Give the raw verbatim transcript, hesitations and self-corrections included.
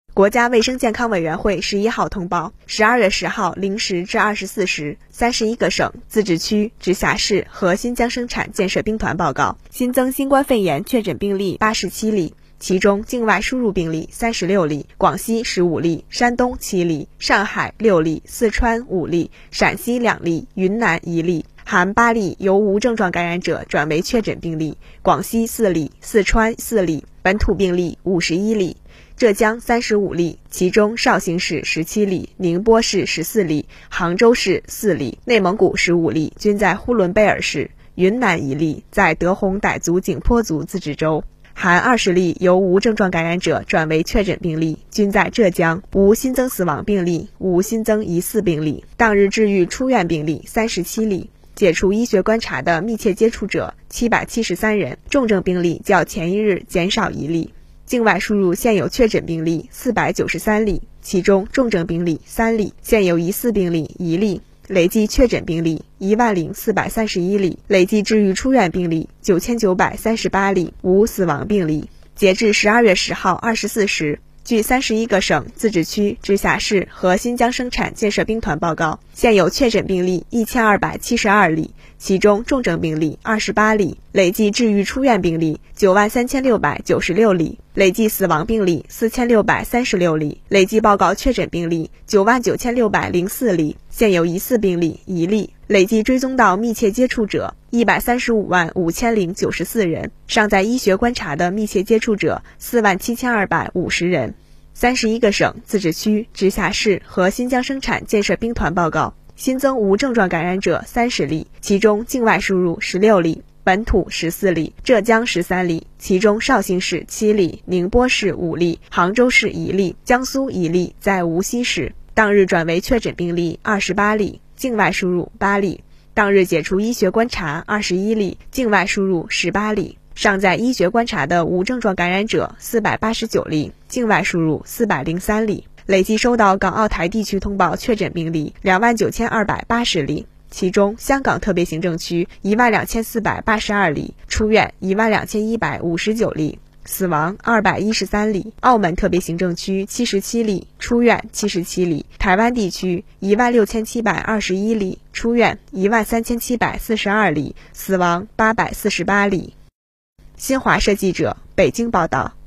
国家卫生健康委员会十一号通报，十二月十号零时至二十四时，三十一个省、自治区、直辖市和新疆生产建设兵团报告新增新冠肺炎确诊病例八十七例，其中境外输入病例三十六例，广西十五例，山东七例，上海六例，四川五例，陕西两例，云南一例，含八例由无症状感染者转为确诊病例，广西四例，四川四例，本土病例五十一例。浙江三十五例，其中绍兴市十七例，宁波市十四例，杭州市四例，内蒙古十五例，均在呼伦贝尔市，云南一例，在德宏傣族景颇族自治州，含二十例由无症状感染者转为确诊病例，均在浙江，无新增死亡病例，无新增疑似病例。当日治愈出院病例三十七例，解除医学观察的密切接触者七百七十三人，重症病例较前一日减少一例。境外输入现有确诊病例四百九十三例，其中重症病例三例，现有疑似病例一例，累计确诊病例一万零四百三十一例，累计治愈出院病例九千九百三十八例，无死亡病例。截至十二月十号二十四时，据三十一个省、自治区、直辖市和新疆生产建设兵团报告，现有确诊病例一千二百七十二例，其中重症病例二十八例，累计治愈出院病例九万三千六百九十六例，累计死亡病例四千六百三十六例，累计报告确诊病例九万九千六百零四例，现有疑似病例一例，累计追踪到密切接触者一百三十五万五千零九十四人，尚在医学观察的密切接触者四万七千二百五十人。三十一个省、自治区、直辖市和新疆生产建设兵团报告新增无症状感染者三十例，其中境外输入十六例，本土十四例，浙江十三例，其中绍兴市七例，宁波市五例，杭州市一例，江苏一例，在无锡市。当日转为确诊病例二十八例，境外输入八例。当日解除医学观察二十一例，境外输入十八例。尚在医学观察的无症状感染者四百八十九例，境外输入四百零三例。累计收到港澳台地区通报确诊病例两万九千二百八十例，其中香港特别行政区一万两千四百八十二例，出院一万两千一百五十九例，死亡二百一十三例。澳门特别行政区七十七例，出院七十七例。台湾地区一万六千七百二十一例，出院一万三千七百四十二例，死亡八百四十八例。新华社记者北京报道。